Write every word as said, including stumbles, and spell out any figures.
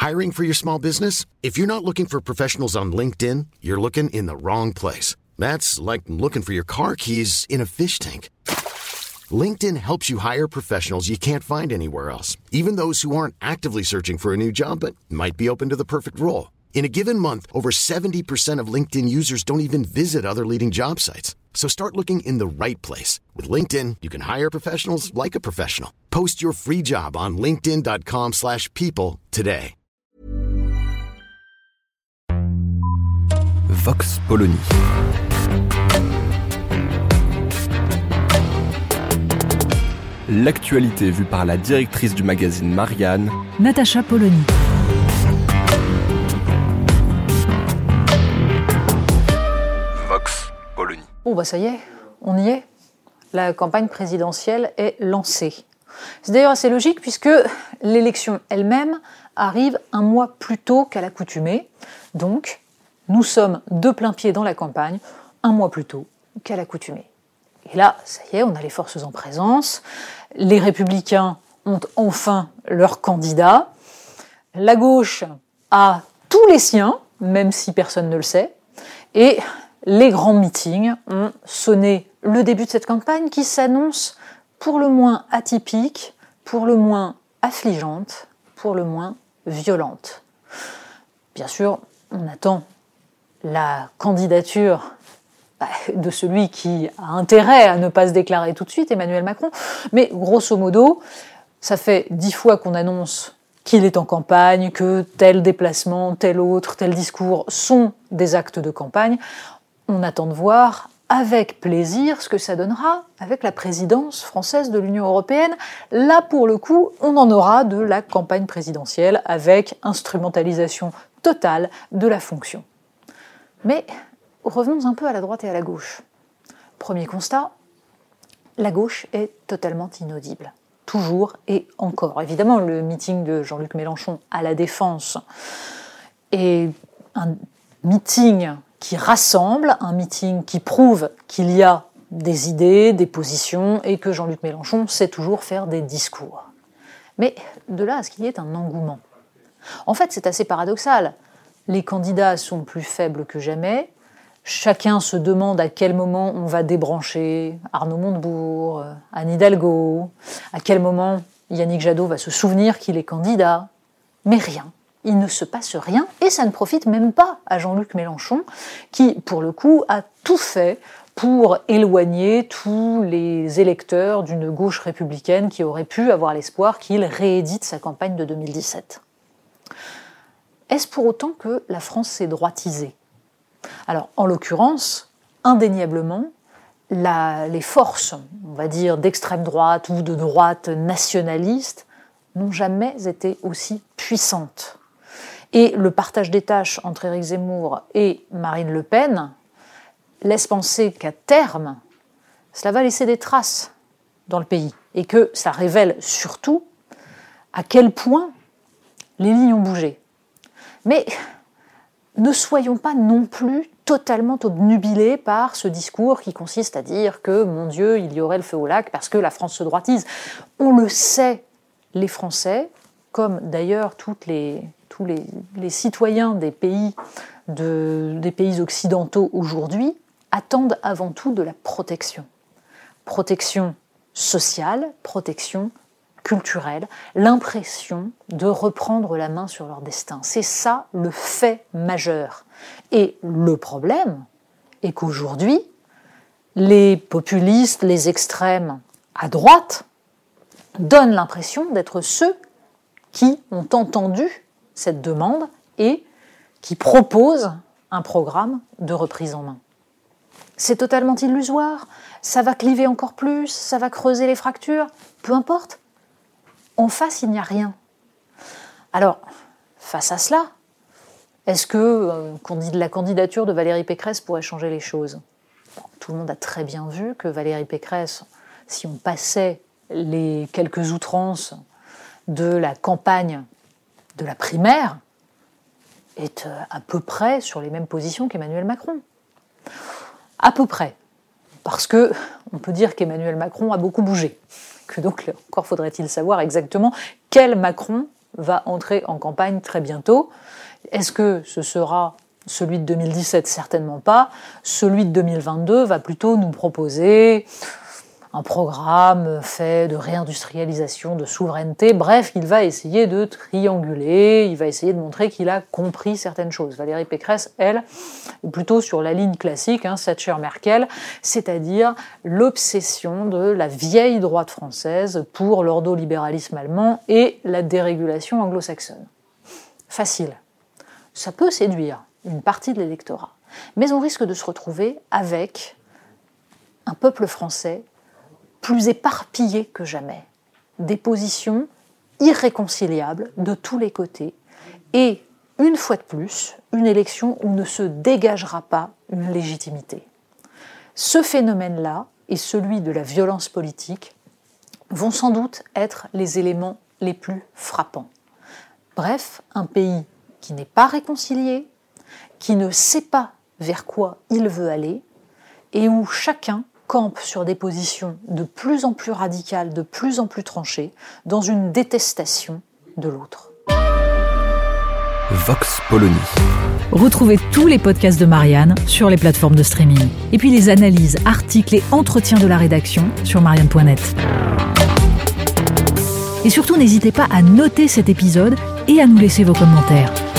Hiring for your small business? If you're not looking for professionals on LinkedIn, you're looking in the wrong place. That's like looking for your car keys in a fish tank. LinkedIn helps you hire professionals you can't find anywhere else, even those who aren't actively searching for a new job but might be open to the perfect role. In a given month, over seventy percent of LinkedIn users don't even visit other leading job sites. So start looking in the right place. With LinkedIn, you can hire professionals like a professional. Post your free job on linkedin dot com slash people today. Vox Polony. L'actualité vue par la directrice du magazine Marianne, Natacha Polony. Vox Polony. Bon bah ça y est, on y est. La campagne présidentielle est lancée. C'est d'ailleurs assez logique puisque l'élection elle-même arrive un mois plus tôt qu'à l'accoutumée. Donc, nous sommes de plein pied dans la campagne, un mois plus tôt qu'à l'accoutumée. Et là, ça y est, on a les forces en présence. Les Républicains ont enfin leur candidat. La gauche a tous les siens, même si personne ne le sait. Et les grands meetings ont sonné le début de cette campagne qui s'annonce pour le moins atypique, pour le moins affligeante, pour le moins violente. Bien sûr, on attend la candidature de celui qui a intérêt à ne pas se déclarer tout de suite, Emmanuel Macron, mais grosso modo, ça fait dix fois qu'on annonce qu'il est en campagne, que tel déplacement, tel autre, tel discours sont des actes de campagne. On attend de voir avec plaisir ce que ça donnera avec la présidence française de l'Union européenne. Là, pour le coup, on en aura de la campagne présidentielle avec instrumentalisation totale de la fonction. Mais revenons un peu à la droite et à la gauche. Premier constat, la gauche est totalement inaudible. Toujours et encore. Évidemment, le meeting de Jean-Luc Mélenchon à la Défense est un meeting qui rassemble, un meeting qui prouve qu'il y a des idées, des positions, et que Jean-Luc Mélenchon sait toujours faire des discours. Mais de là à ce qu'il y ait un engouement. En fait, c'est assez paradoxal. Les candidats sont plus faibles que jamais. Chacun se demande à quel moment on va débrancher Arnaud Montebourg, Anne Hidalgo, à quel moment Yannick Jadot va se souvenir qu'il est candidat. Mais rien. Il ne se passe rien, et ça ne profite même pas à Jean-Luc Mélenchon, qui, pour le coup, a tout fait pour éloigner tous les électeurs d'une gauche républicaine qui aurait pu avoir l'espoir qu'il réédite sa campagne de deux mille dix-sept. Est-ce pour autant que la France s'est droitisée ? Alors, en l'occurrence, indéniablement, la, les forces, on va dire, d'extrême droite ou de droite nationaliste n'ont jamais été aussi puissantes. Et le partage des tâches entre Éric Zemmour et Marine Le Pen laisse penser qu'à terme, cela va laisser des traces dans le pays et que ça révèle surtout à quel point les lignes ont bougé. Mais ne soyons pas non plus totalement obnubilés par ce discours qui consiste à dire que, mon Dieu, il y aurait le feu au lac parce que la France se droitise. On le sait, les Français, comme d'ailleurs toutes les, tous les, les citoyens des pays, de, des pays occidentaux aujourd'hui, attendent avant tout de la protection. Protection sociale, protection culturelle, l'impression de reprendre la main sur leur destin. C'est ça le fait majeur. Et le problème est qu'aujourd'hui, les populistes, les extrêmes à droite donnent l'impression d'être ceux qui ont entendu cette demande et qui proposent un programme de reprise en main. C'est totalement illusoire, ça va cliver encore plus, ça va creuser les fractures, peu importe. En face, il n'y a rien. Alors, face à cela, est-ce que euh, la candidature de Valérie Pécresse pourrait changer les choses ? Bon, tout le monde a très bien vu que Valérie Pécresse, si on passait les quelques outrances de la campagne de la primaire, est à peu près sur les mêmes positions qu'Emmanuel Macron. À peu près. Parce que on peut dire qu'Emmanuel Macron a beaucoup bougé. Que donc, encore faudrait-il savoir exactement quel Macron va entrer en campagne très bientôt. Est-ce que ce sera celui de deux mille dix-sept? Certainement pas. Celui de deux mille vingt-deux va plutôt nous proposer un programme fait de réindustrialisation, de souveraineté. Bref, il va essayer de trianguler, il va essayer de montrer qu'il a compris certaines choses. Valérie Pécresse, elle, est plutôt sur la ligne classique, hein, Thatcher-Merkel, c'est-à-dire l'obsession de la vieille droite française pour l'ordolibéralisme allemand et la dérégulation anglo-saxonne. Facile. Ça peut séduire une partie de l'électorat. Mais on risque de se retrouver avec un peuple français plus éparpillé que jamais, des positions irréconciliables de tous les côtés, et, une fois de plus, une élection où ne se dégagera pas une légitimité. Ce phénomène-là, et celui de la violence politique, vont sans doute être les éléments les plus frappants. Bref, un pays qui n'est pas réconcilié, qui ne sait pas vers quoi il veut aller, et où chacun campe sur des positions de plus en plus radicales, de plus en plus tranchées, dans une détestation de l'autre. Vox Polony. Retrouvez tous les podcasts de Marianne sur les plateformes de streaming. Et puis les analyses, articles et entretiens de la rédaction sur marianne point net. Et surtout, n'hésitez pas à noter cet épisode et à nous laisser vos commentaires.